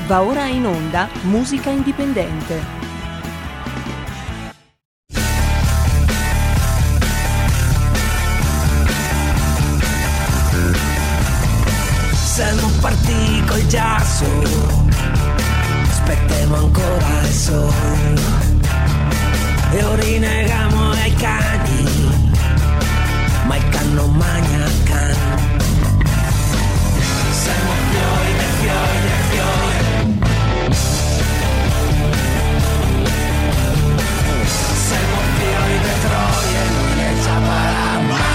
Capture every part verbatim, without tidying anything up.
Va ora in onda Musica Indipendente. Siamo partiti col giasso, aspettiamo ancora il sole e orinegamo ai cani, ma il can non magna il can. Siamo fiori dei fiori dei fiori, siamo fiori dei troie, non ne saprà mai.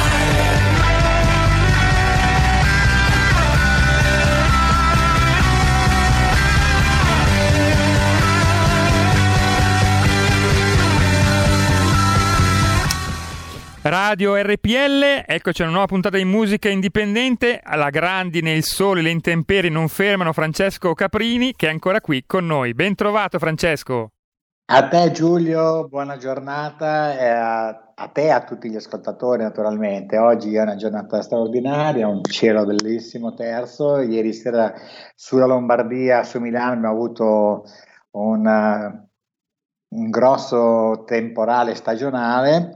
Radio R P L, eccoci a una nuova puntata di Musica Indipendente. Alla grandine, il sole, le intemperie non fermano Francesco Caprini, che è ancora qui con noi. Ben trovato, Francesco. A te Giulio, buona giornata, e a, a te e a tutti gli ascoltatori naturalmente. Oggi è una giornata straordinaria, un cielo bellissimo terzo. Ieri sera sulla Lombardia, su Milano abbiamo avuto un, uh, un grosso temporale stagionale.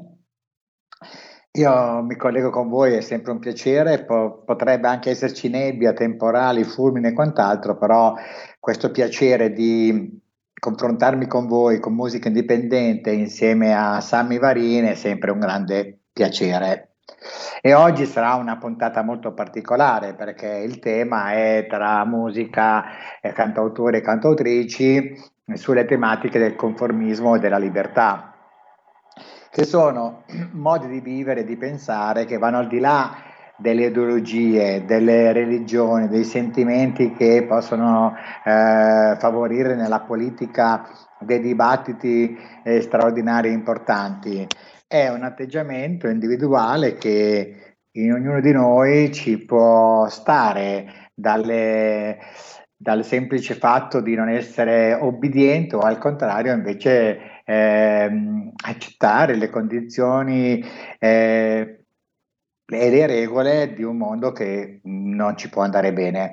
Io mi collego con voi, è sempre un piacere, po- potrebbe anche esserci nebbia, temporali, fulmine e quant'altro, però questo piacere di confrontarmi con voi con musica indipendente insieme a Sammy Varin è sempre un grande piacere. E oggi sarà una puntata molto particolare perché il tema è tra musica, eh, cantautori e cantautrici sulle tematiche del conformismo e della libertà, che sono modi di vivere e di pensare che vanno al di là delle ideologie, delle religioni, dei sentimenti che possono eh, favorire nella politica dei dibattiti eh, straordinari e importanti. È un atteggiamento individuale che in ognuno di noi ci può stare dalle, dal semplice fatto di non essere obbediente o al contrario invece ehm, accettare le condizioni eh, e le regole di un mondo che non ci può andare bene.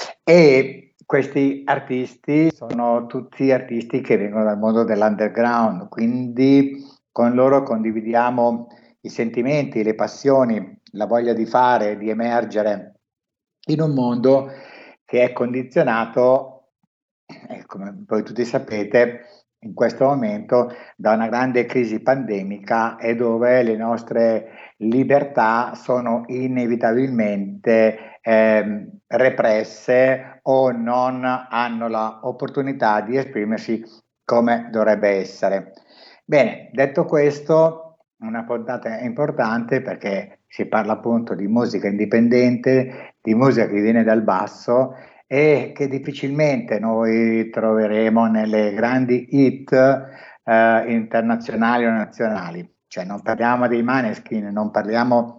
E questi artisti sono tutti artisti che vengono dal mondo dell'underground, quindi con loro condividiamo i sentimenti, le passioni, la voglia di fare, di emergere in un mondo che è condizionato, eh, come voi tutti sapete, in questo momento da una grande crisi pandemica e dove le nostre libertà sono inevitabilmente eh, represse o non hanno l'opportunità di esprimersi come dovrebbe essere. Bene, detto questo, una puntata importante perché si parla appunto di musica indipendente, di musica che viene dal basso e che difficilmente noi troveremo nelle grandi hit eh, internazionali o nazionali. Cioè non parliamo dei Maneskin, non parliamo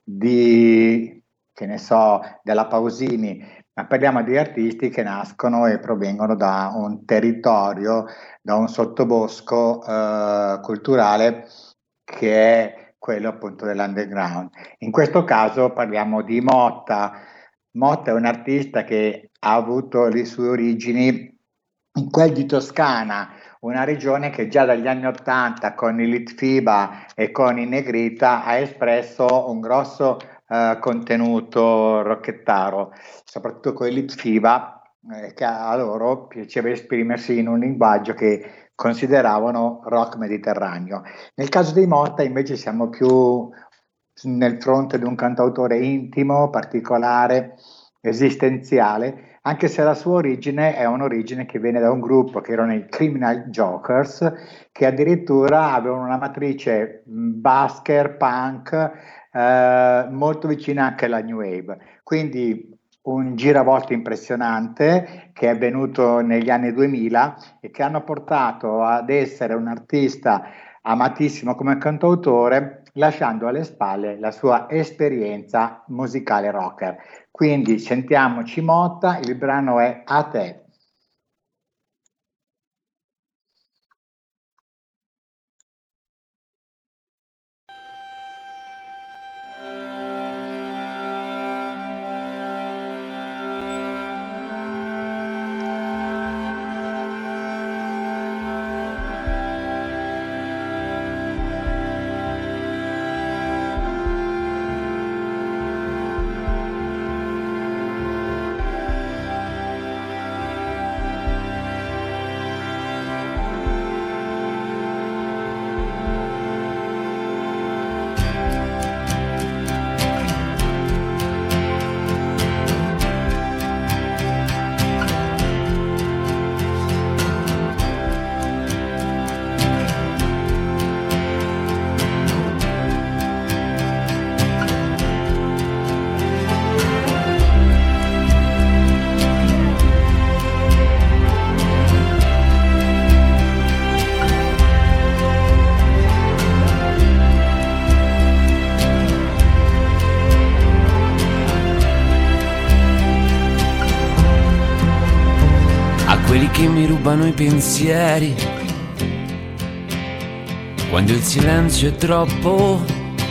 di, che ne so, della Pausini, ma parliamo di artisti che nascono e provengono da un territorio, da un sottobosco eh, culturale che è quello appunto dell'underground. In questo caso parliamo di Motta. Motta è un artista che ha avuto le sue origini in quel di Toscana, una regione che già dagli anni Ottanta con i Litfiba e con i Negrita ha espresso un grosso eh, contenuto rocchettaro, soprattutto con i Litfiba, eh, che a loro piaceva esprimersi in un linguaggio che consideravano rock mediterraneo. Nel caso dei Motta invece siamo più nel fronte di un cantautore intimo, particolare, esistenziale, anche se la sua origine è un'origine che viene da un gruppo che erano i Criminal Jokers, che addirittura avevano una matrice basker, punk, eh, molto vicina anche alla New Wave. Quindi un giravolte impressionante che è avvenuto negli anni duemila e che hanno portato ad essere un artista amatissimo come cantautore, lasciando alle spalle la sua esperienza musicale rocker. Quindi sentiamoci Motta, il brano è A te. quelli che mi rubano i pensieri, quando il silenzio è troppo,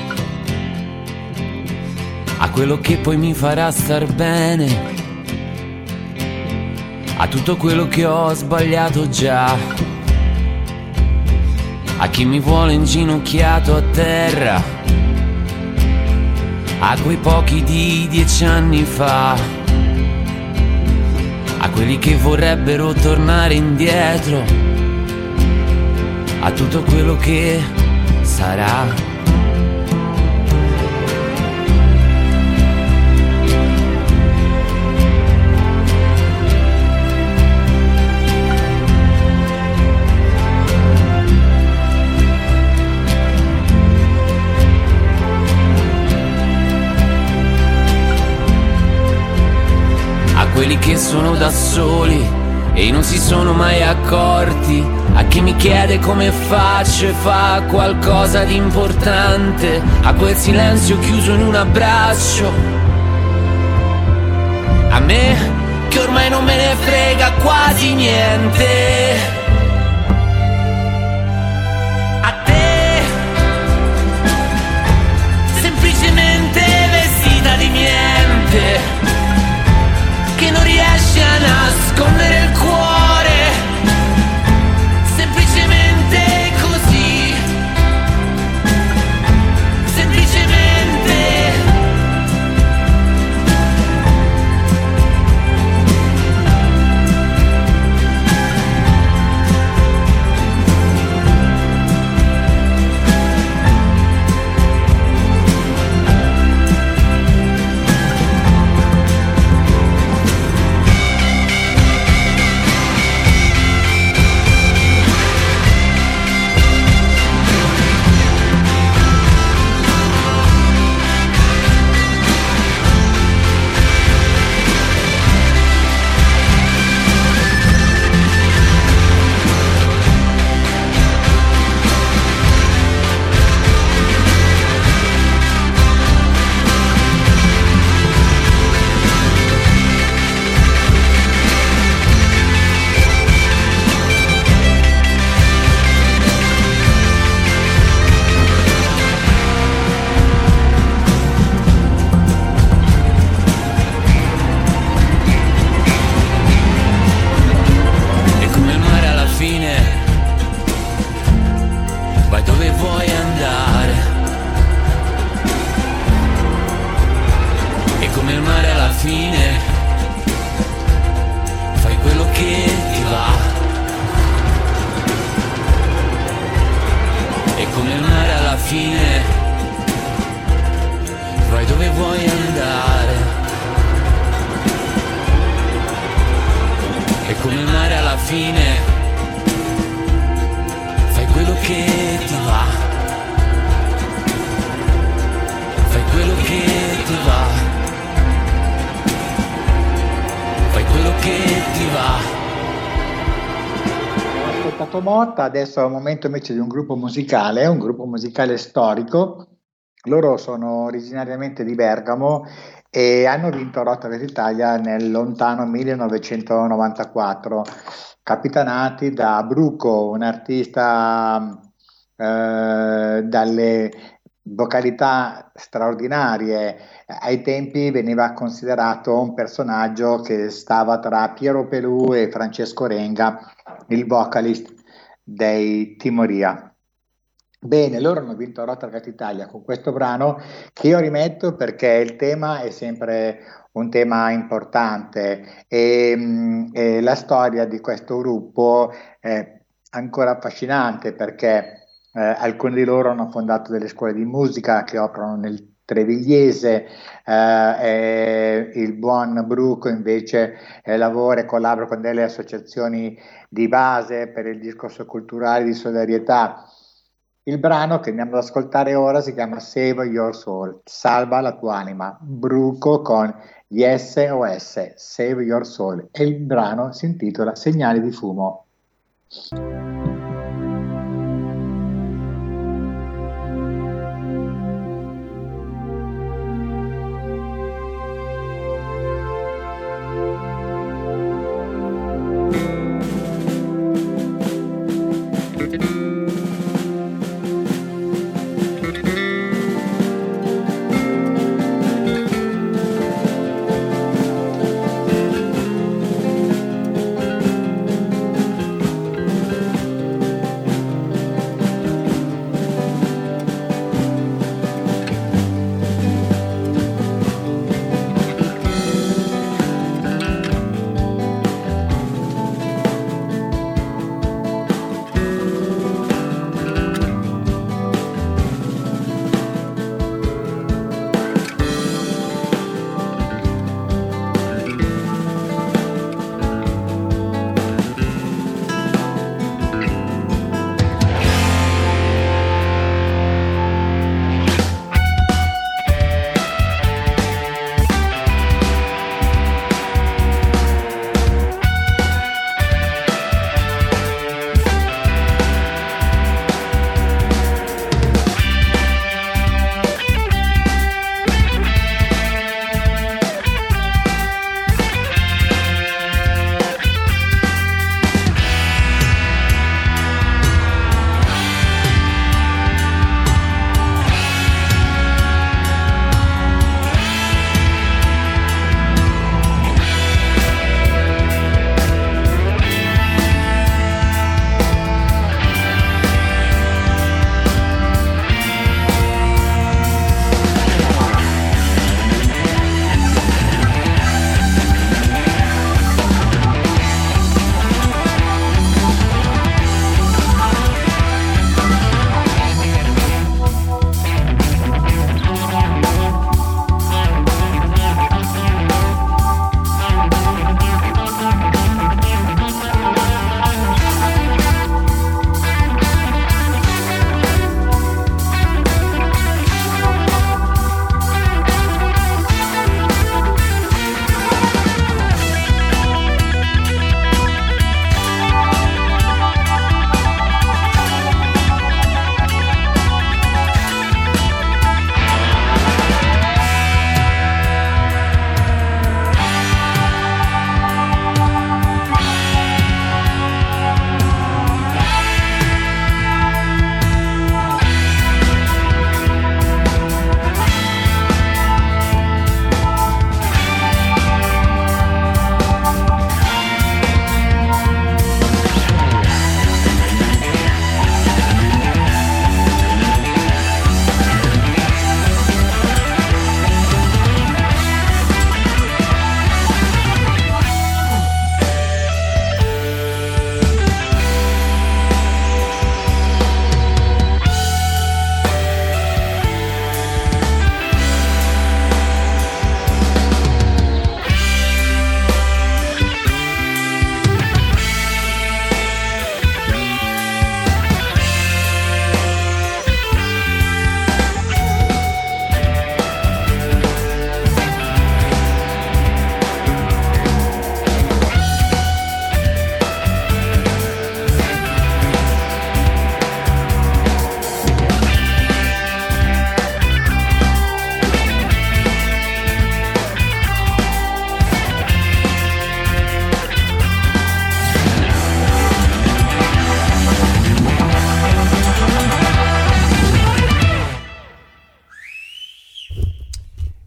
a quello che poi mi farà star bene, a tutto quello che ho sbagliato già, a chi mi vuole inginocchiato a terra, a quei pochi di dieci anni fa, a quelli che vorrebbero tornare indietro, a tutto quello che sarà. Quelli che sono da soli e non si sono mai accorti, a chi mi chiede come faccio e fa qualcosa di importante, a quel silenzio chiuso in un abbraccio, a me che ormai non me ne frega quasi niente, a te semplicemente vestita di niente, che non riesce a nascondere il cuore, semplicemente così, semplicemente. Motta, adesso è un momento invece di un gruppo musicale, un gruppo musicale storico. Loro sono originariamente di Bergamo e hanno vinto Rota per l'Italia nel lontano millenovecentonovantaquattro, capitanati da Bruco, un artista eh, dalle vocalità straordinarie. Ai tempi veniva considerato un personaggio che stava tra Piero Pelù e Francesco Renga, il vocalist dei Timoria. Bene, loro hanno vinto Rota per l'Italia con questo brano che io rimetto perché il tema è sempre un tema importante e, mh, e la storia di questo gruppo è ancora affascinante perché eh, alcuni di loro hanno fondato delle scuole di musica che operano nel Trevigliese, eh, e il buon Bruco invece eh, lavora e collabora con delle associazioni di base per il discorso culturale di solidarietà. Il brano che andiamo ad ascoltare ora si chiama Save Your Soul, salva la tua anima, Bruco con gli S O S, Save Your Soul, e il brano si intitola Segnali di fumo.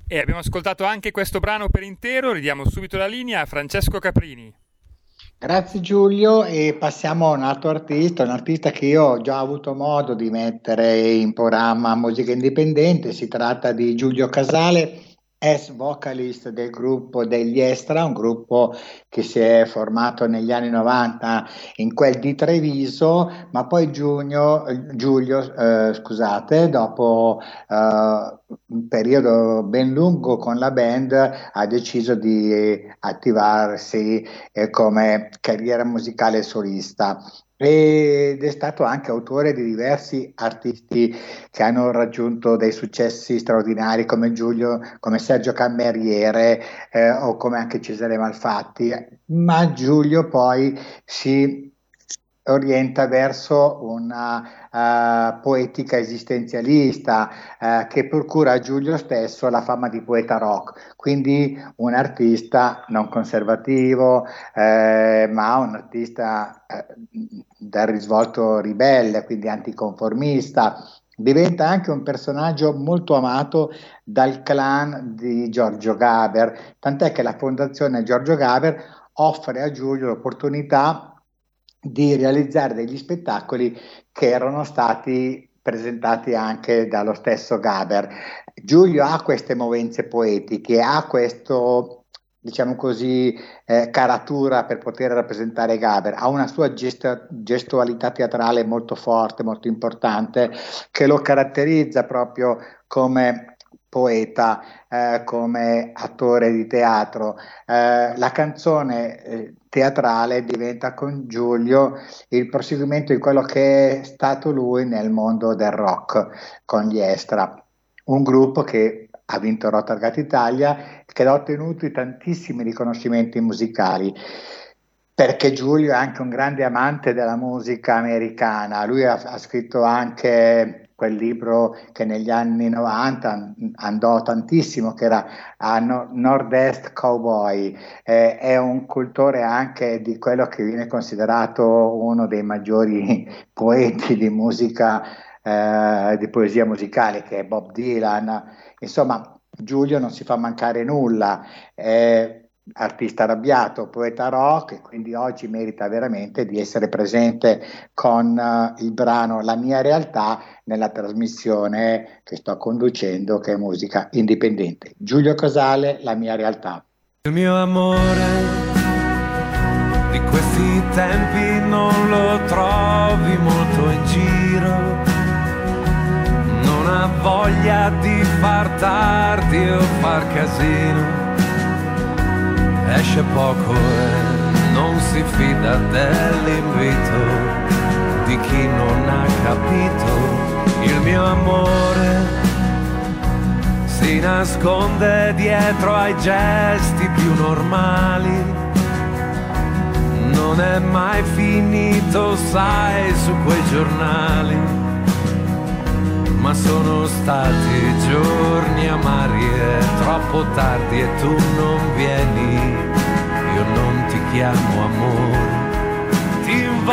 E abbiamo ascoltato anche questo brano per intero, ridiamo subito la linea a Francesco Caprini. Grazie Giulio, e passiamo a un altro artista, un artista che io ho già avuto modo di mettere in programma Musica Indipendente. Si tratta di Giulio Casale, ex vocalist del gruppo degli Estra, un gruppo che si è formato negli anni novanta in quel di Treviso, ma poi Giugno, Giulio, eh, scusate, dopo eh, un periodo ben lungo con la band ha deciso di attivarsi eh, come carriera musicale solista. Ed è stato anche autore di diversi artisti che hanno raggiunto dei successi straordinari, come Giulio, come Sergio Cameriere eh, o come anche Cesare Malfatti, ma Giulio poi si orienta verso una uh, poetica esistenzialista uh, che procura a Giulio stesso la fama di poeta rock, quindi un artista non conservativo, eh, ma un artista eh, dal risvolto ribelle, quindi anticonformista. Diventa anche un personaggio molto amato dal clan di Giorgio Gaber, tant'è che la fondazione Giorgio Gaber offre a Giulio l'opportunità di realizzare degli spettacoli che erano stati presentati anche dallo stesso Gaber. Giulio ha queste movenze poetiche, ha questo, diciamo così, eh, caratura per poter rappresentare Gaber, ha una sua gesto- gestualità teatrale molto forte, molto importante, che lo caratterizza proprio come poeta, eh, come attore di teatro. Eh, la canzone eh, teatrale diventa con Giulio il proseguimento di quello che è stato lui nel mondo del rock con gli Estra, un gruppo che ha vinto Rotargat Italia, che ha ottenuto tantissimi riconoscimenti musicali, perché Giulio è anche un grande amante della musica americana. Lui ha, ha scritto anche quel libro che negli anni novanta andò tantissimo, che era a Nord-Est Cowboy. Eh, è un cultore anche di quello che viene considerato uno dei maggiori poeti di musica, eh, di poesia musicale, che è Bob Dylan. Insomma, Giulio non si fa mancare nulla, è artista arrabbiato, poeta rock, e quindi oggi merita veramente di essere presente con uh, il brano La mia realtà nella trasmissione che sto conducendo, che è Musica Indipendente. Giulio Casale, La mia realtà. Il mio amore di questi tempi non lo trovi molto in giro, non ha voglia di far tardi o far casino, esce poco e non si fida dell'invito di chi non ha capito. Il mio amore si nasconde dietro ai gesti più normali, non è mai finito, sai, su quei giornali, ma sono stati giorni amari e troppo tardi e tu non vieni, io non ti chiamo amore, ti invoco,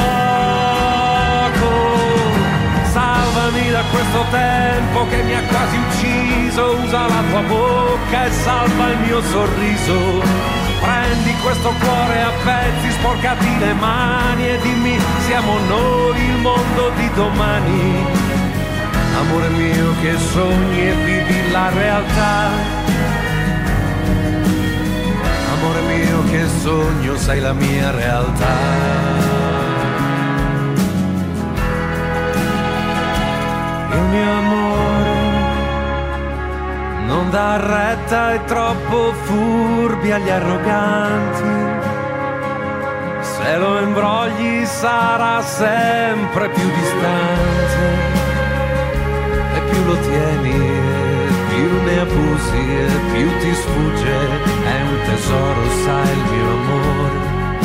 salvami da questo tempo che mi ha quasi ucciso, usa la tua bocca e salva il mio sorriso, prendi questo cuore a pezzi, sporcati le mani e dimmi, siamo noi il mondo di domani. Amore mio che sogni e vivi la realtà, amore mio che sogno, sei la mia realtà. Il mio amore non dà retta, è troppo furbi agli arroganti, se lo imbrogli sarà sempre più distante, più lo tieni, più ne abusi e più ti sfugge, è un tesoro, sai, il mio amore.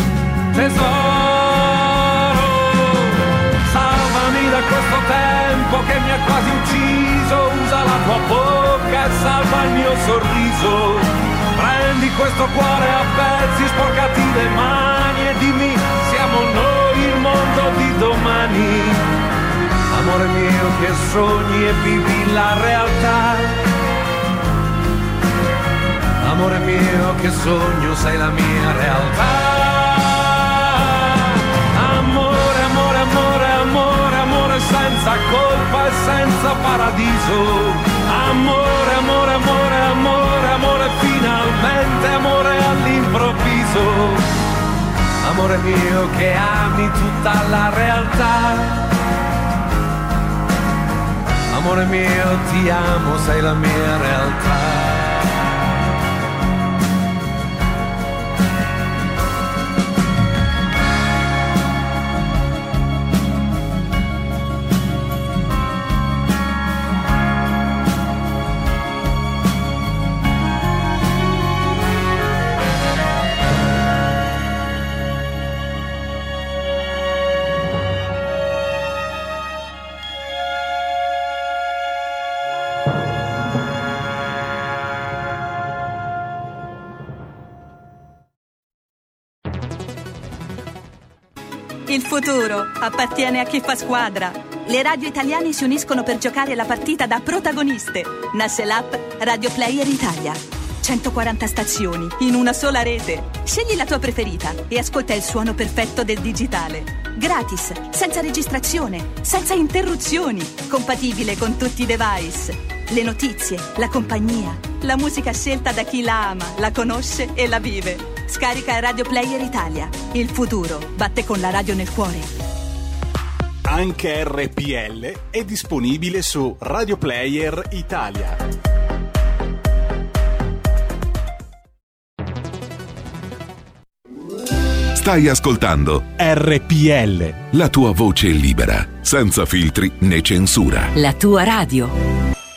Tesoro, salvami da questo tempo che mi ha quasi ucciso, usa la tua bocca e salva il mio sorriso, prendi questo cuore a pezzi, sporcati le mani e dimmi, siamo noi il mondo di domani. Amore mio che sogni e vivi la realtà, amore mio che sogno, sei la mia realtà. Amore, amore, amore, amore, amore senza colpa e senza paradiso. Amore, amore, amore, amore, amore finalmente, amore all'improvviso. Amore mio che ami tutta la realtà. Amore mio ti amo, sei la mia realtà. Il futuro appartiene a chi fa squadra. Le radio italiane si uniscono per giocare la partita da protagoniste. Nasce l'app Radio Player Italia. centoquaranta stazioni in una sola rete. Scegli la tua preferita e ascolta il suono perfetto del digitale. Gratis, senza registrazione, senza interruzioni. Compatibile con tutti i device. Le notizie, la compagnia, la musica scelta da chi la ama, la conosce e la vive. Scarica Radio Player Italia. Il futuro batte con la radio nel cuore. Anche R P L è disponibile su Radio Player Italia. Stai ascoltando R P L, la tua voce libera, senza filtri né censura. La tua radio.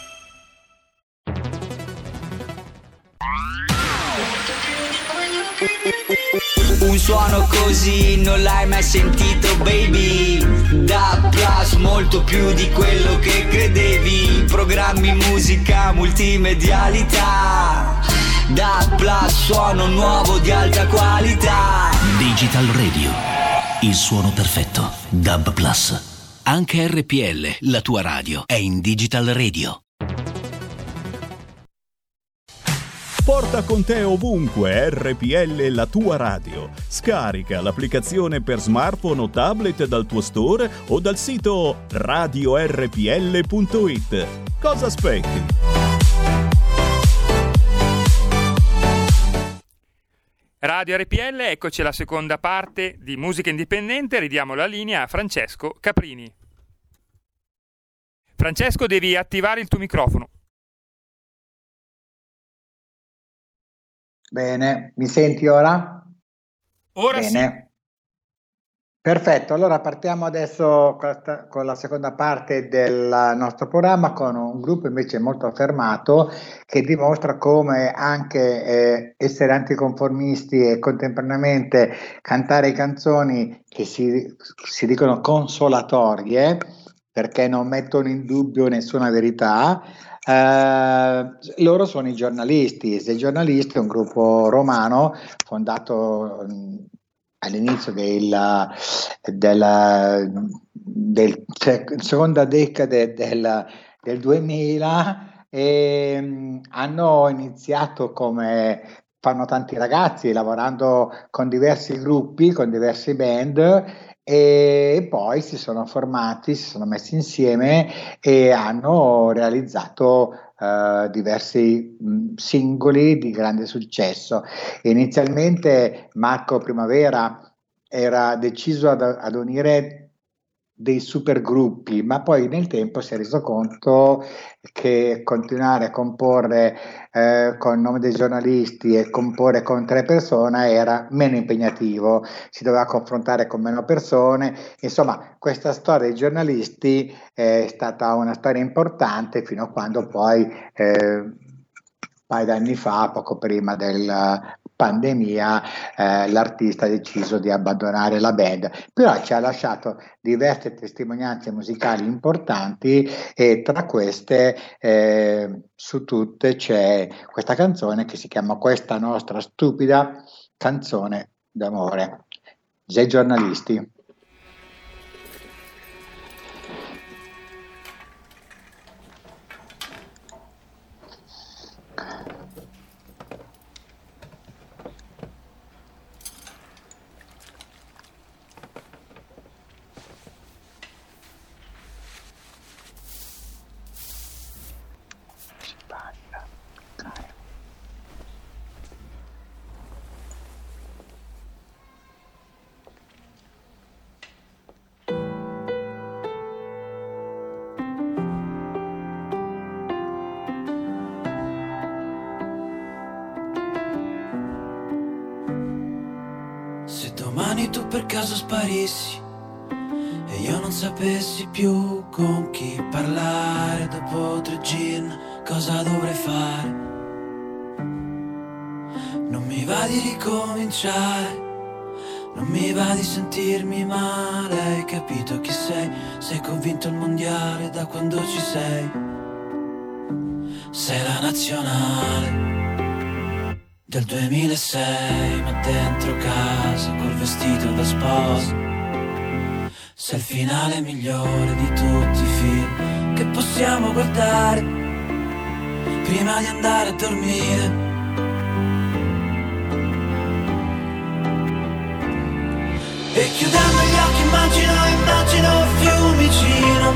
Un suono così non l'hai mai sentito, baby. Da Plus, molto più di quello che credevi. Programmi, musica, multimedialità. Da Plus, suono nuovo di alta qualità. Digital Radio, il suono perfetto. Dub Plus. Anche R P L, la tua radio, è in Digital Radio. Porta con te ovunque R P L, la tua radio. Scarica l'applicazione per smartphone o tablet dal tuo store o dal sito radio r p l punto i t. Cosa aspetti? Radio R P L, eccoci alla seconda parte di Musica Indipendente. Ridiamo la linea a Francesco Caprini. Francesco, devi attivare il tuo microfono. Bene, mi senti ora? Ora Bene. sì. Perfetto, allora partiamo adesso con la, con la seconda parte del nostro programma con un gruppo invece molto affermato che dimostra come anche eh, essere anticonformisti e contemporaneamente cantare canzoni che si, si dicono consolatorie perché non mettono in dubbio nessuna verità. Uh, loro sono i giornalisti. I giornalisti è un gruppo romano fondato um, all'inizio del, del, del cioè, seconda decade del, del duemila e um, hanno iniziato come fanno tanti ragazzi, lavorando con diversi gruppi, con diverse band, e poi si sono formati, si sono messi insieme e hanno realizzato uh, diversi mh, singoli di grande successo. Inizialmente Marco Primavera era deciso ad, ad unire dei supergruppi, ma poi nel tempo si è reso conto che continuare a comporre eh, con il nome dei giornalisti e comporre con tre persone era meno impegnativo, si doveva confrontare con meno persone. Insomma, questa storia dei giornalisti è stata una storia importante fino a quando poi eh, un paio d'anni fa, poco prima del pandemia, eh, l'artista ha deciso di abbandonare la band, però ci ha lasciato diverse testimonianze musicali importanti e tra queste eh, su tutte c'è questa canzone che si chiama Questa nostra stupida canzone d'amore. Zè Giornalisti. domani tu per caso sparissi e io non sapessi più con chi parlare, dopo tre gin cosa dovrei fare? Non mi va di ricominciare, non mi va di sentirmi male. Hai capito chi sei? Sei convinto il mondiale da quando ci sei. Sei la nazionale del duemilasei, ma dentro casa col vestito da sposa. Sei il finale migliore di tutti i film che possiamo guardare prima di andare a dormire. E chiudendo gli occhi immagino, immagino Fiumicino,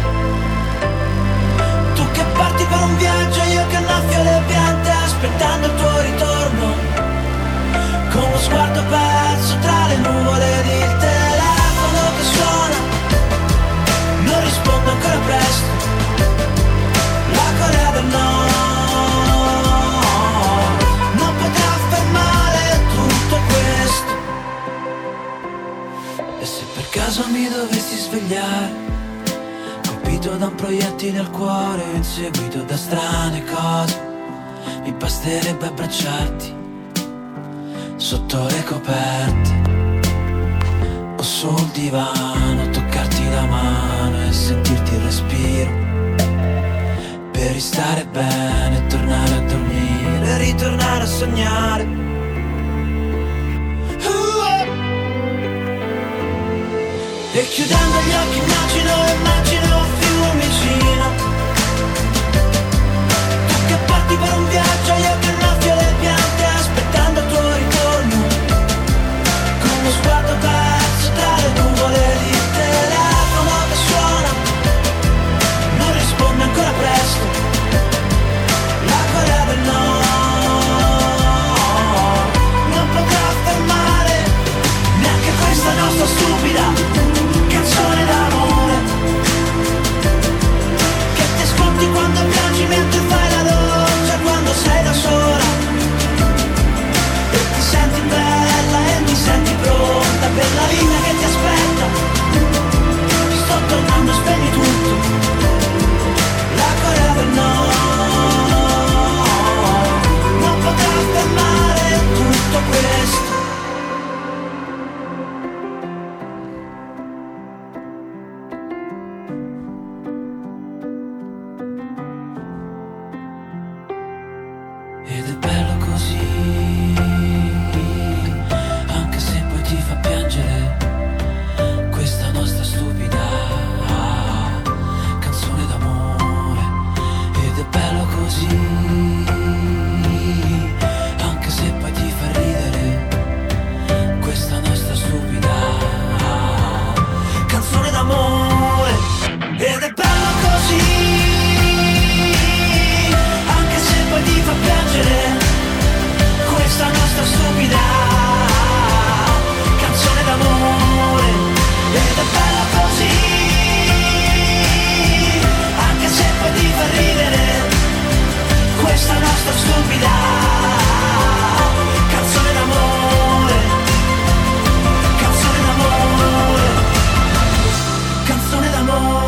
tu che parti per un viaggio, io che annaffio le piante aspettando il tuo ritorno, con lo sguardo perso tra le nuvole ed il telefono che suona. Non rispondo ancora presto, la Corea del Nord non potrà fermare tutto questo. E se per caso mi dovessi svegliare, colpito da un proiettile al cuore, inseguito da strane cose, mi basterebbe abbracciarti sotto le coperte o sul divano, toccarti la mano e sentirti il respiro, per ristare bene, tornare a dormire, ritornare a sognare. Uh-oh. E chiudendo gli occhi immagino, immagino Fiumicino, tu che parti per un viaggio, io che annaffio le piante aspettando il tuo ritorno, con lo sguardo perso tra le nuvole ed il telefono che suona. Non risponde ancora presto, la Corea del Nord non potrà fermare neanche questa nostra stupida canzone d'amore, che ti ascolti quando piangi mentre fai la doccia, quando sei da sola e ti senti bella e ti senti pronta per la vita che ti aspetta. Sto tornando, spegni tutto, la Corea del Nord non potrà fermare tutto questo. Ed è bello così, anche se poi ti fa piangere questa nostra stupida canzone d'amore. Ed è bello così, anche se poi ti fa ridere questa nostra stupida canzone d'amore. Ed è bello così, anche se poi ti fa piangere questa nostra stupida canzone d'amore. Ed è bella così, anche se poi ti fa ridere questa nostra stupida canzone d'amore. Canzone d'amore, canzone d'amore.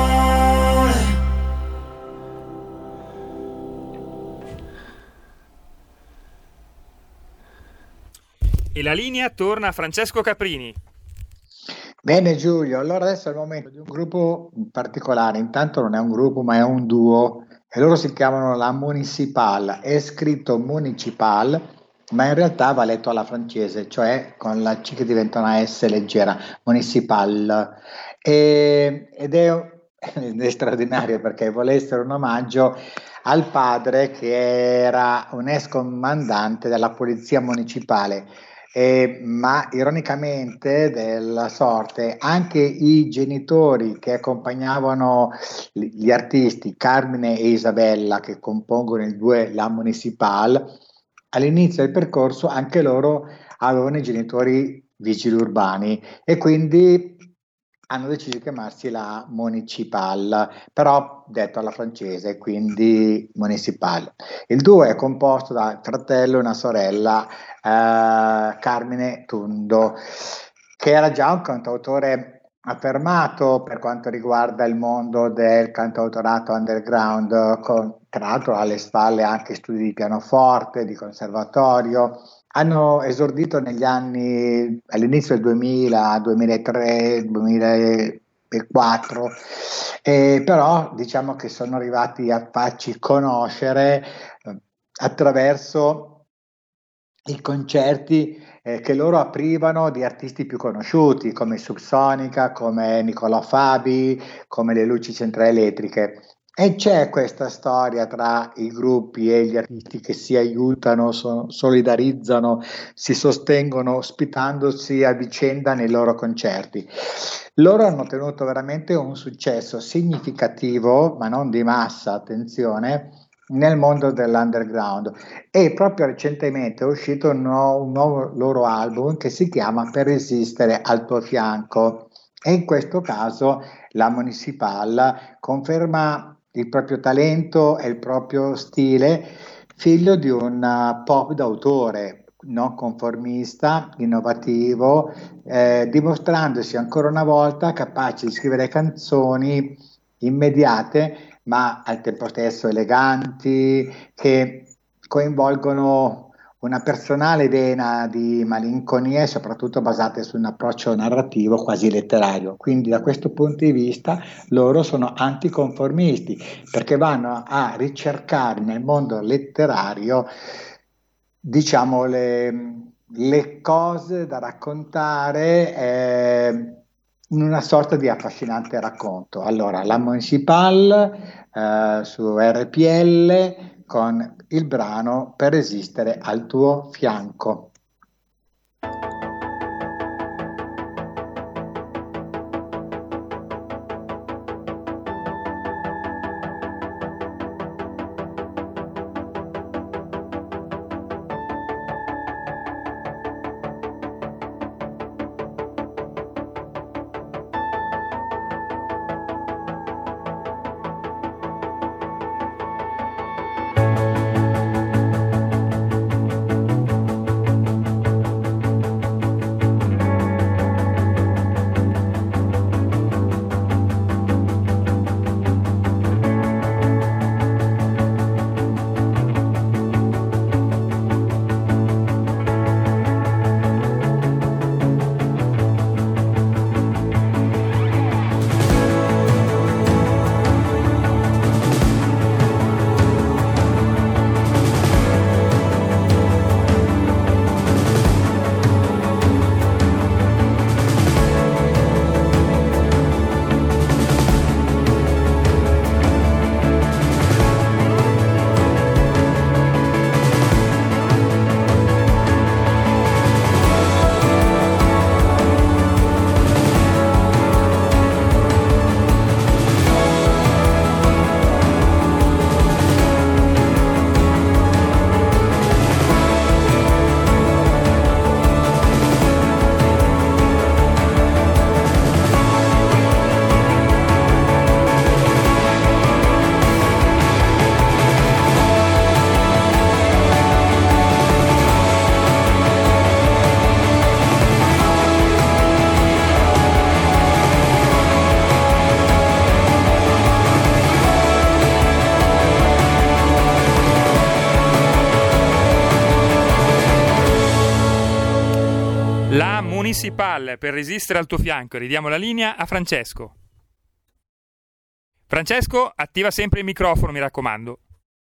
E la linea torna a Francesco Caprini. Bene Giulio, allora adesso è il momento di un gruppo particolare. Intanto non è un gruppo ma è un duo e loro si chiamano la Municipal. È scritto Municipal ma in realtà va letto alla francese, cioè con la C che diventa una S leggera, Municipal. E, ed è, ed è straordinario perché vuole essere un omaggio al padre che era un ex comandante della polizia municipale. Eh, ma ironicamente della sorte anche i genitori che accompagnavano gli artisti Carmine e Isabella, che compongono il duo La Municipal, all'inizio del percorso anche loro avevano i genitori vigili urbani e quindi hanno deciso di chiamarsi la Municipal, però detto alla francese, quindi Municipal. Il duo è composto da un fratello e una sorella, eh, Carmine Tundo, che era già un cantautore affermato per quanto riguarda il mondo del cantautorato underground, con tra l'altro alle spalle anche studi di pianoforte, di conservatorio. Hanno esordito negli anni, all'inizio del duemila, duemilatré, duemilaquattro, eh, però diciamo che sono arrivati a farci conoscere eh, attraverso i concerti eh, che loro aprivano di artisti più conosciuti come Subsonica, come Nicolò Fabi, come le Luci Centrali Elettriche. E c'è questa storia tra i gruppi e gli artisti che si aiutano, so, solidarizzano, si sostengono ospitandosi a vicenda nei loro concerti. Loro hanno ottenuto veramente un successo significativo, ma non di massa, attenzione, nel mondo dell'underground, e proprio recentemente è uscito un nuovo, un nuovo loro album che si chiama Per resistere al tuo fianco, e in questo caso la Municipal conferma il proprio talento e il proprio stile, figlio di un uh, pop d'autore non conformista, innovativo, eh, dimostrandosi ancora una volta capace di scrivere canzoni immediate ma al tempo stesso eleganti, che coinvolgono una personale vena di malinconia e soprattutto basate su un approccio narrativo quasi letterario. Quindi da questo punto di vista loro sono anticonformisti, perché vanno a ricercare nel mondo letterario, diciamo, le, le cose da raccontare eh, in una sorta di affascinante racconto. Allora, la Municipal eh, su R P L con il brano Per resistere al tuo fianco. Municipal, Per resistere al tuo fianco. Ridiamo la linea a Francesco. Francesco, attiva sempre il microfono, mi raccomando.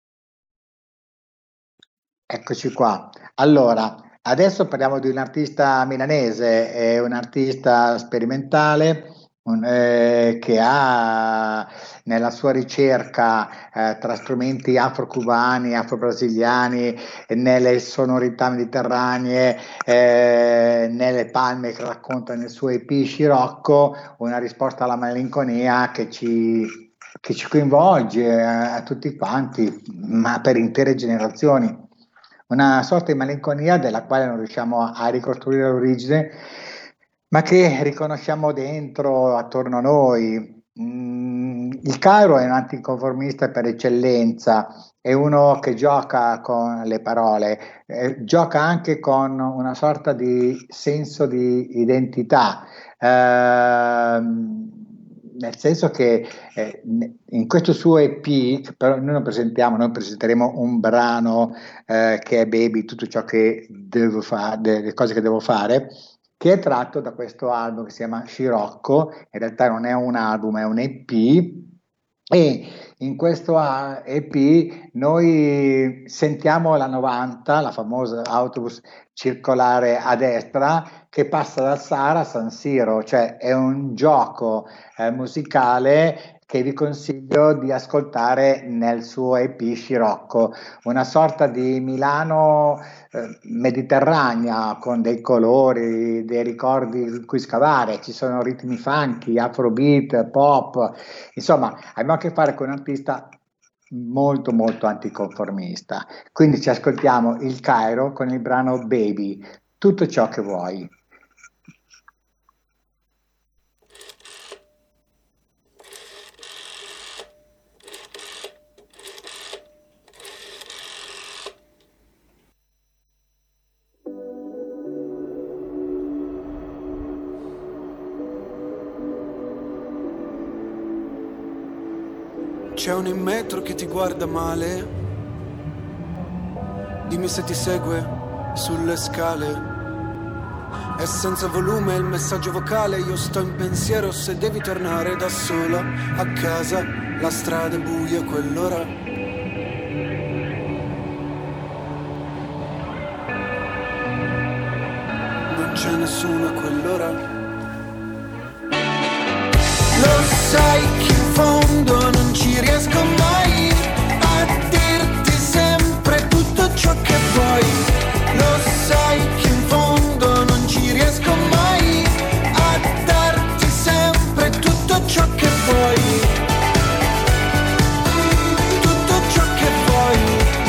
Eccoci qua. Allora, adesso parliamo di un artista milanese, è un artista sperimentale un, eh, che ha nella sua ricerca eh, tra strumenti afro-cubani, afro-brasiliani, nelle sonorità mediterranee, eh, nelle palme che racconta nel suo E P Scirocco, una risposta alla malinconia che ci, che ci coinvolge eh, a tutti quanti, ma per intere generazioni. Una sorta di malinconia della quale non riusciamo a ricostruire l'origine, ma che riconosciamo dentro, attorno a noi. Mm, il Cairo è un anticonformista per eccellenza, è uno che gioca con le parole, eh, gioca anche con una sorta di senso di identità, ehm, nel senso che eh, in questo suo E P, però noi non presentiamo, noi presenteremo un brano eh, che è Baby, tutto ciò che devo fare, le cose che devo fare, che è tratto da questo album che si chiama Scirocco. In realtà non è un album, è un E P, e in questo E P noi sentiamo la novanta, la famosa autobus circolare a destra che passa dal Sahara a San Siro, cioè è un gioco eh, musicale che vi consiglio di ascoltare nel suo E P Scirocco, una sorta di Milano eh, mediterranea, con dei colori, dei ricordi in cui scavare, ci sono ritmi funky, afrobeat, pop, insomma abbiamo a che fare con un artista molto molto anticonformista. Quindi ci ascoltiamo il Cairo con il brano Baby, tutto ciò che vuoi. C'è uno in metro che ti guarda male. Dimmi se ti segue sulle scale. È senza volume il messaggio vocale. Io sto in pensiero se devi tornare da sola a casa. La strada è buia a quell'ora. Non c'è nessuno a quell'ora. Lo sai che in fondo non ci riesco mai a dirti sempre tutto ciò che vuoi. Lo sai che in fondo non ci riesco mai a darti sempre tutto ciò che vuoi. Tutto ciò che vuoi.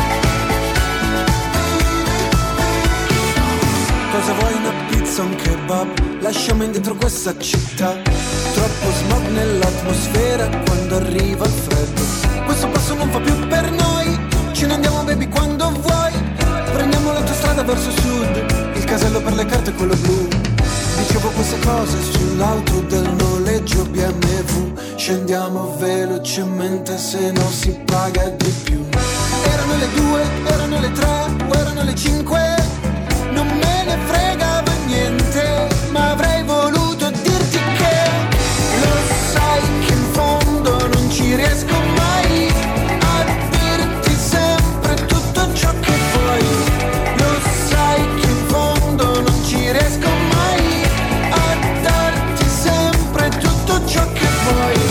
Cosa vuoi, una pizza, un kebab? Lasciamo indietro questa città. Troppo smog nell'atmosfera quando arriva il freddo. Questo passo non fa più per noi. Ce ne andiamo baby quando vuoi. Prendiamo l'autostrada verso sud. Il casello per le carte è quello blu. Dicevo queste cose sull'auto del noleggio B M W. Scendiamo velocemente se non si paga di più. Erano le due, erano le tre, o erano le cinque. Non me ne fregava niente, ma avrei voluto dirti che lo sai che in fondo non ci riesco mai a dirti sempre tutto ciò che vuoi. Lo sai che in fondo non ci riesco mai a darti sempre tutto ciò che vuoi.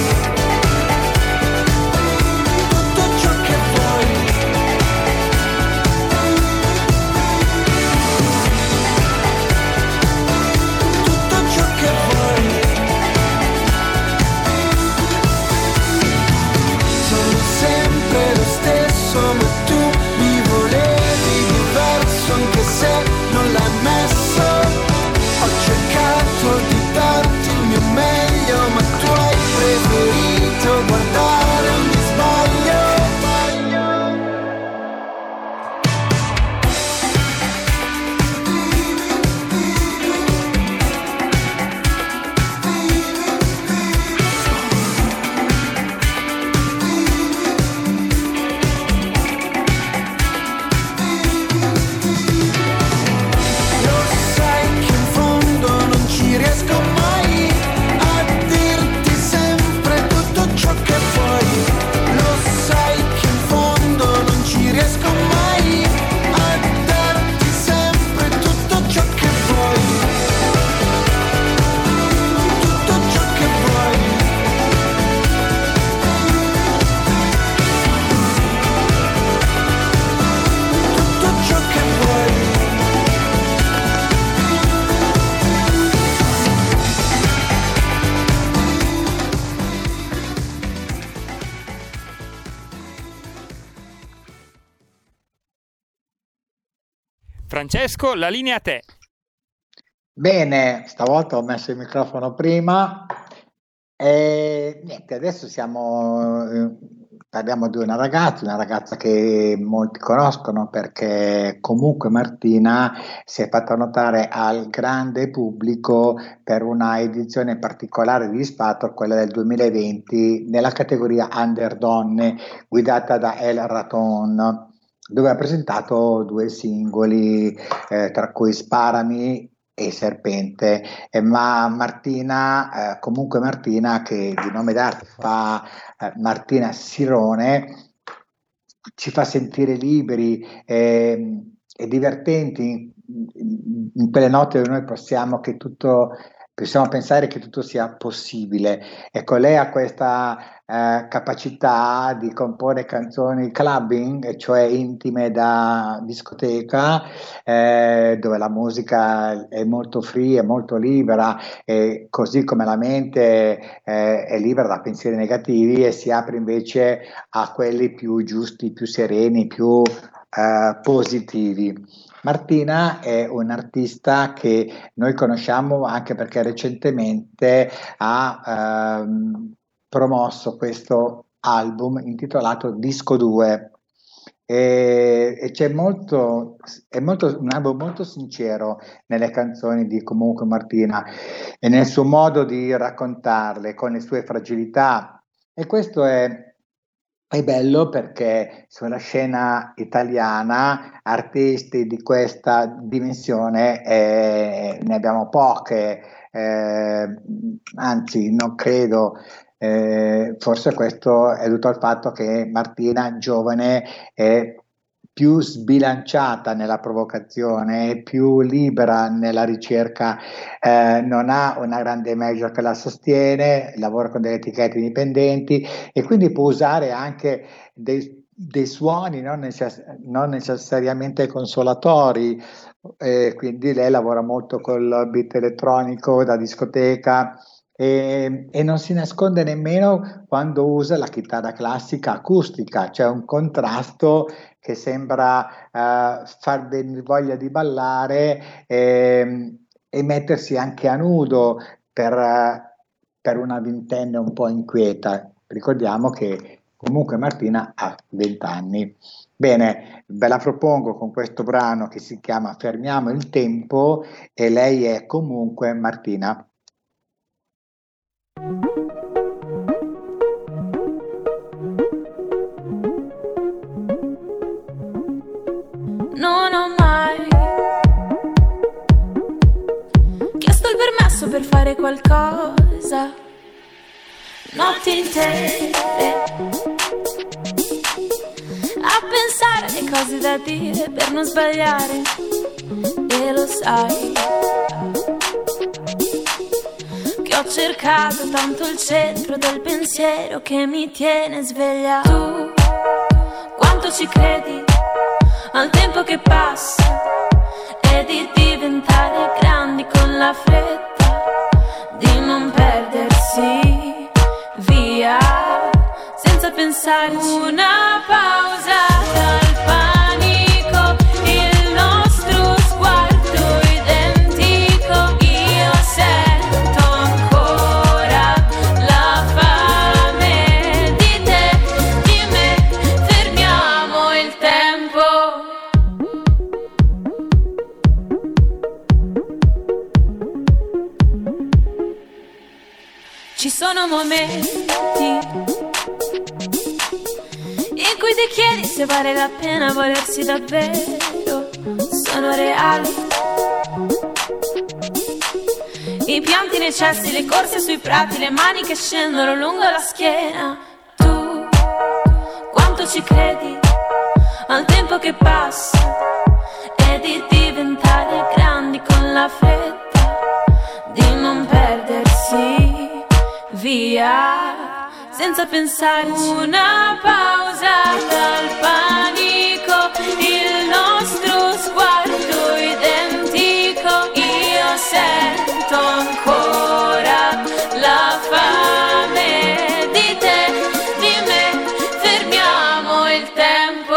Tutto ciò che vuoi. Tutto ciò che vuoi. Sono sempre lo stesso, ma tu mi volevi diverso, anche se non l'hai messo. Ho cercato di darti il mio meglio, ma tu hai preferito guardare ogni sbaglio. Lo sai che in fondo non ci riesco mai a dirti sempre tutto ciò che vuoi. Lo sai che in fondo non ci riesco mai a darti sempre tutto ciò che vuoi. Tutto ciò che vuoi. Tutto ciò che vuoi. Francesco, la linea a te. Bene, stavolta ho messo il microfono prima e niente, adesso siamo, eh, parliamo di una ragazza, una ragazza che molti conoscono perché comunque Martina si è fatta notare al grande pubblico per una edizione particolare di Spatto, quella del duemilaventi, nella categoria Under Donne, guidata da El Raton, dove ha presentato due singoli, eh, tra cui Sparami e Serpente, eh, ma Martina, eh, comunque Martina, che di nome d'arte fa eh, Martina Sirone, ci fa sentire liberi eh, e divertenti in, in quelle notti dove noi possiamo che tutto possiamo pensare che tutto sia possibile. Ecco, lei ha questa eh, capacità di comporre canzoni clubbing, cioè intime da discoteca, eh, dove la musica è molto free, è molto libera, e così come la mente eh, è libera da pensieri negativi e si apre invece a quelli più giusti, più sereni, più eh, positivi. Martina è un'artista che noi conosciamo anche perché recentemente ha ehm, promosso questo album intitolato Disco due e, e c'è molto, è molto, un album molto sincero nelle canzoni di comunque Martina e nel suo modo di raccontarle con le sue fragilità, e questo è È bello perché sulla scena italiana artisti di questa dimensione eh, ne abbiamo poche, eh, anzi non credo, eh, forse questo è dovuto al fatto che Martina, giovane, è più sbilanciata nella provocazione, più libera nella ricerca, eh, non ha una grande major che la sostiene, lavora con delle etichette indipendenti e quindi può usare anche dei, dei suoni non, necess- non necessariamente consolatori, eh, quindi lei lavora molto col beat elettronico da discoteca e, e non si nasconde nemmeno quando usa la chitarra classica acustica, c'è un contrasto che sembra uh, far venire voglia di ballare e, e mettersi anche a nudo per, uh, per una ventenne un po' inquieta. Ricordiamo che comunque Martina ha venti anni. Bene, ve la propongo con questo brano che si chiama Fermiamo il tempo e lei è comunque Martina. Non ho mai chiesto il permesso per fare qualcosa, notti intere a pensare alle cose da dire per non sbagliare, e lo sai che ho cercato tanto il centro del pensiero che mi tiene sveglia. Tu quanto ci credi al tempo che passa e di diventare grandi con la fretta di non perdersi via senza pensarci. Una pausa dal panico, il nostro sguardo identico. Io sento ancora la fame di te, di me. Fermiamo il tempo. Ci sono momenti in cui ti chiedi se vale la pena volersi davvero. Sono reali i pianti nei cessi, le corse sui prati, le mani che scendono lungo la schiena. Tu quanto ci credi al tempo che passa e di diventare grandi con la fretta di non perdersi via senza pensarci. Una pausa dal panico, il nostro sguardo identico. Io sento ancora la fame di te, di me. Fermiamo il tempo.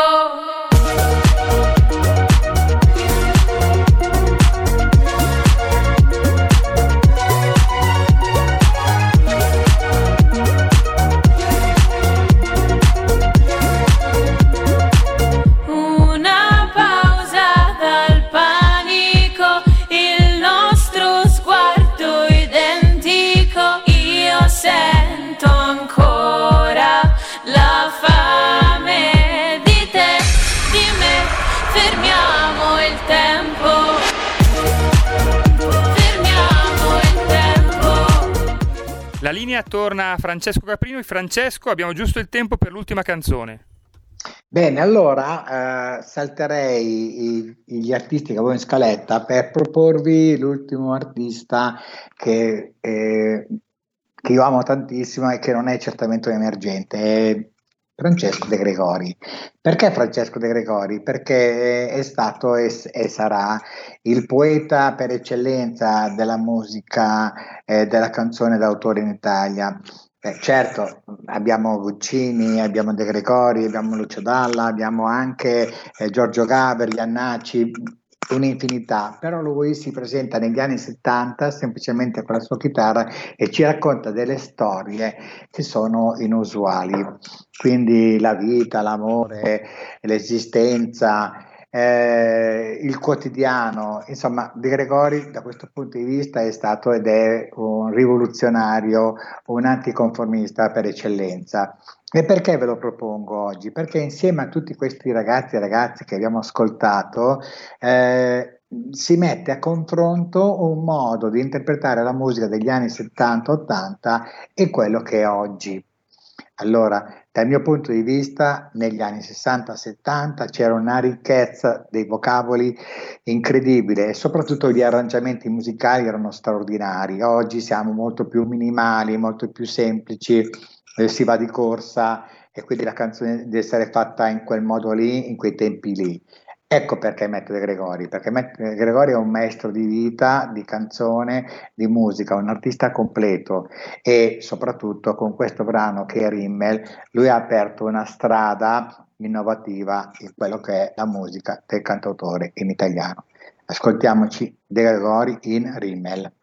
La linea torna a Francesco Caprini. Francesco, abbiamo giusto il tempo per l'ultima canzone. Bene, allora eh, salterei i, gli artisti che avevo in scaletta per proporvi l'ultimo artista che, eh, che io amo tantissimo e che non è certamente un emergente, è Francesco De Gregori. Perché Francesco De Gregori? Perché è stato e, e sarà il poeta per eccellenza della musica, eh, della canzone d'autore in Italia. Eh, certo, abbiamo Guccini, abbiamo De Gregori, abbiamo Lucio Dalla, abbiamo anche eh, Giorgio Gaber, Iannacci, un'infinità, però lui si presenta negli anni settanta semplicemente con la sua chitarra e ci racconta delle storie che sono inusuali, quindi la vita, l'amore, l'esistenza, eh, il quotidiano. Insomma, De Gregori da questo punto di vista è stato ed è un rivoluzionario, un anticonformista per eccellenza. E perché ve lo propongo oggi? Perché insieme a tutti questi ragazzi e ragazze che abbiamo ascoltato eh, si mette a confronto un modo di interpretare la musica degli anni settanta ottanta e quello che è oggi. Allora, dal mio punto di vista, negli anni sessanta settanta c'era una ricchezza dei vocaboli incredibile e soprattutto gli arrangiamenti musicali erano straordinari. Oggi siamo molto più minimali, molto più semplici, eh, si va di corsa e quindi la canzone deve essere fatta in quel modo lì, in quei tempi lì. Ecco perché metto De Gregori, perché De Gregori è un maestro di vita, di canzone, di musica, un artista completo e soprattutto con questo brano che è Rimmel, lui ha aperto una strada innovativa in quello che è la musica del cantautore in italiano. Ascoltiamoci De Gregori in Rimmel.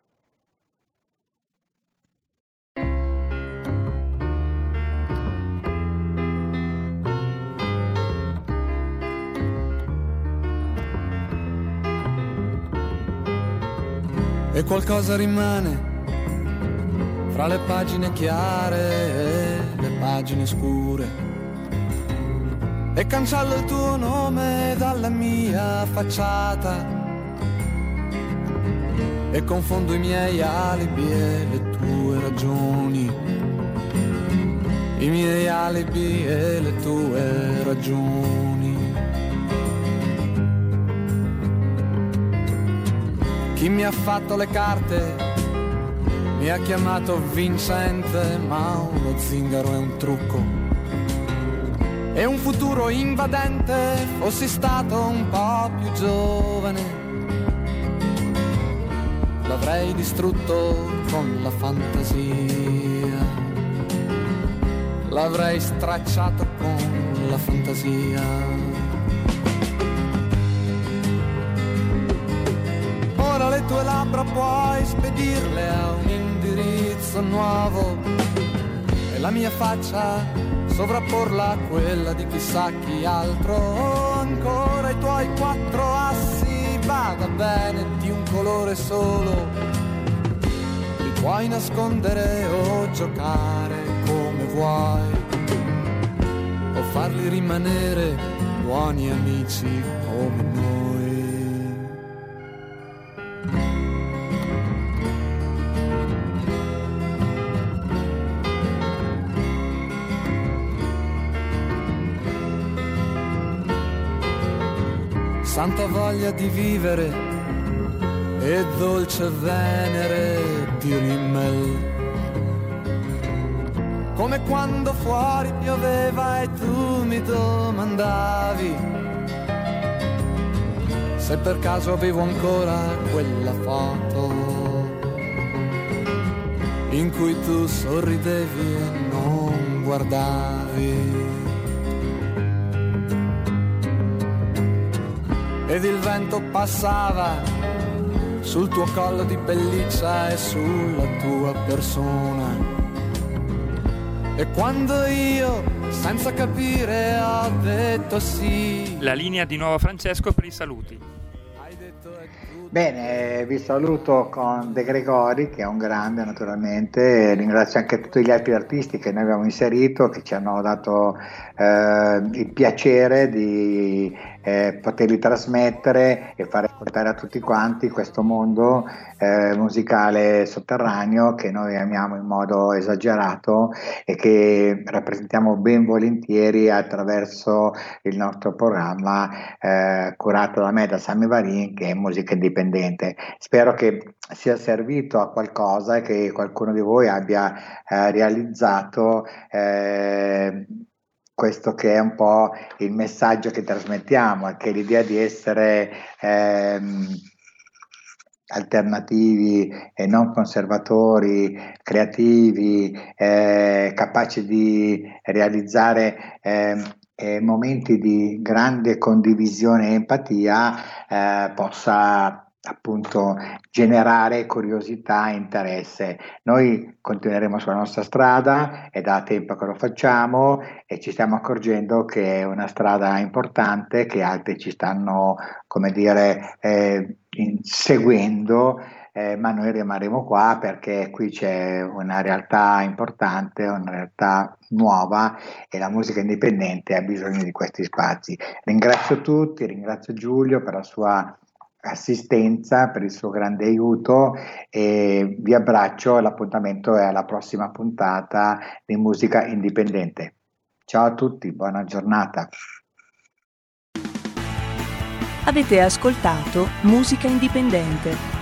E qualcosa rimane fra le pagine chiare e le pagine scure, e cancello il tuo nome dalla mia facciata e confondo i miei alibi e le tue ragioni, i miei alibi e le tue ragioni. Chi mi ha fatto le carte mi ha chiamato vincente, ma uno zingaro è un trucco e un futuro invadente. Fossi stato un po' più giovane, l'avrei distrutto con la fantasia, l'avrei stracciato con la fantasia. Ora le tue labbra puoi spedirle a un indirizzo nuovo e la mia faccia sovrapporla a quella di chissà chi altro. Ancora i tuoi quattro assi, vada bene, di un colore solo, li puoi nascondere o giocare come vuoi, o farli rimanere buoni amici come noi. Santa voglia di vivere e dolce venere di Rimmel, come quando fuori pioveva e tu mi domandavi se per caso avevo ancora quella foto in cui tu sorridevi e non guardavi. Ed il vento passava sul tuo collo di pelliccia e sulla tua persona. E quando io, senza capire, ho detto sì. La linea di nuovo Francesco per i saluti. Bene, vi saluto con De Gregori, che è un grande naturalmente, ringrazio anche tutti gli altri artisti che noi abbiamo inserito, che ci hanno dato eh, il piacere di eh, poterli trasmettere e fare ascoltare a tutti quanti questo mondo eh, musicale sotterraneo che noi amiamo in modo esagerato e che rappresentiamo ben volentieri attraverso il nostro programma eh, curato da me, da Sammy Varin, che è Musica Indipendente. Spero che sia servito a qualcosa e che qualcuno di voi abbia eh, realizzato eh, questo che è un po' il messaggio che trasmettiamo, che è l'idea di essere ehm, alternativi e non conservatori, creativi, eh, capaci di realizzare eh, eh, momenti di grande condivisione e empatia, eh, possa appunto generare curiosità e interesse. Noi continueremo sulla nostra strada, è da tempo che lo facciamo e ci stiamo accorgendo che è una strada importante, che altri ci stanno, come dire, eh, seguendo, eh, ma noi rimarremo qua perché qui c'è una realtà importante, una realtà nuova e la musica indipendente ha bisogno di questi spazi. Ringrazio tutti, ringrazio Giulio per la sua assistenza, per il suo grande aiuto e vi abbraccio. L'appuntamento è alla prossima puntata di Musica Indipendente. Ciao a tutti, buona giornata. Avete ascoltato Musica Indipendente,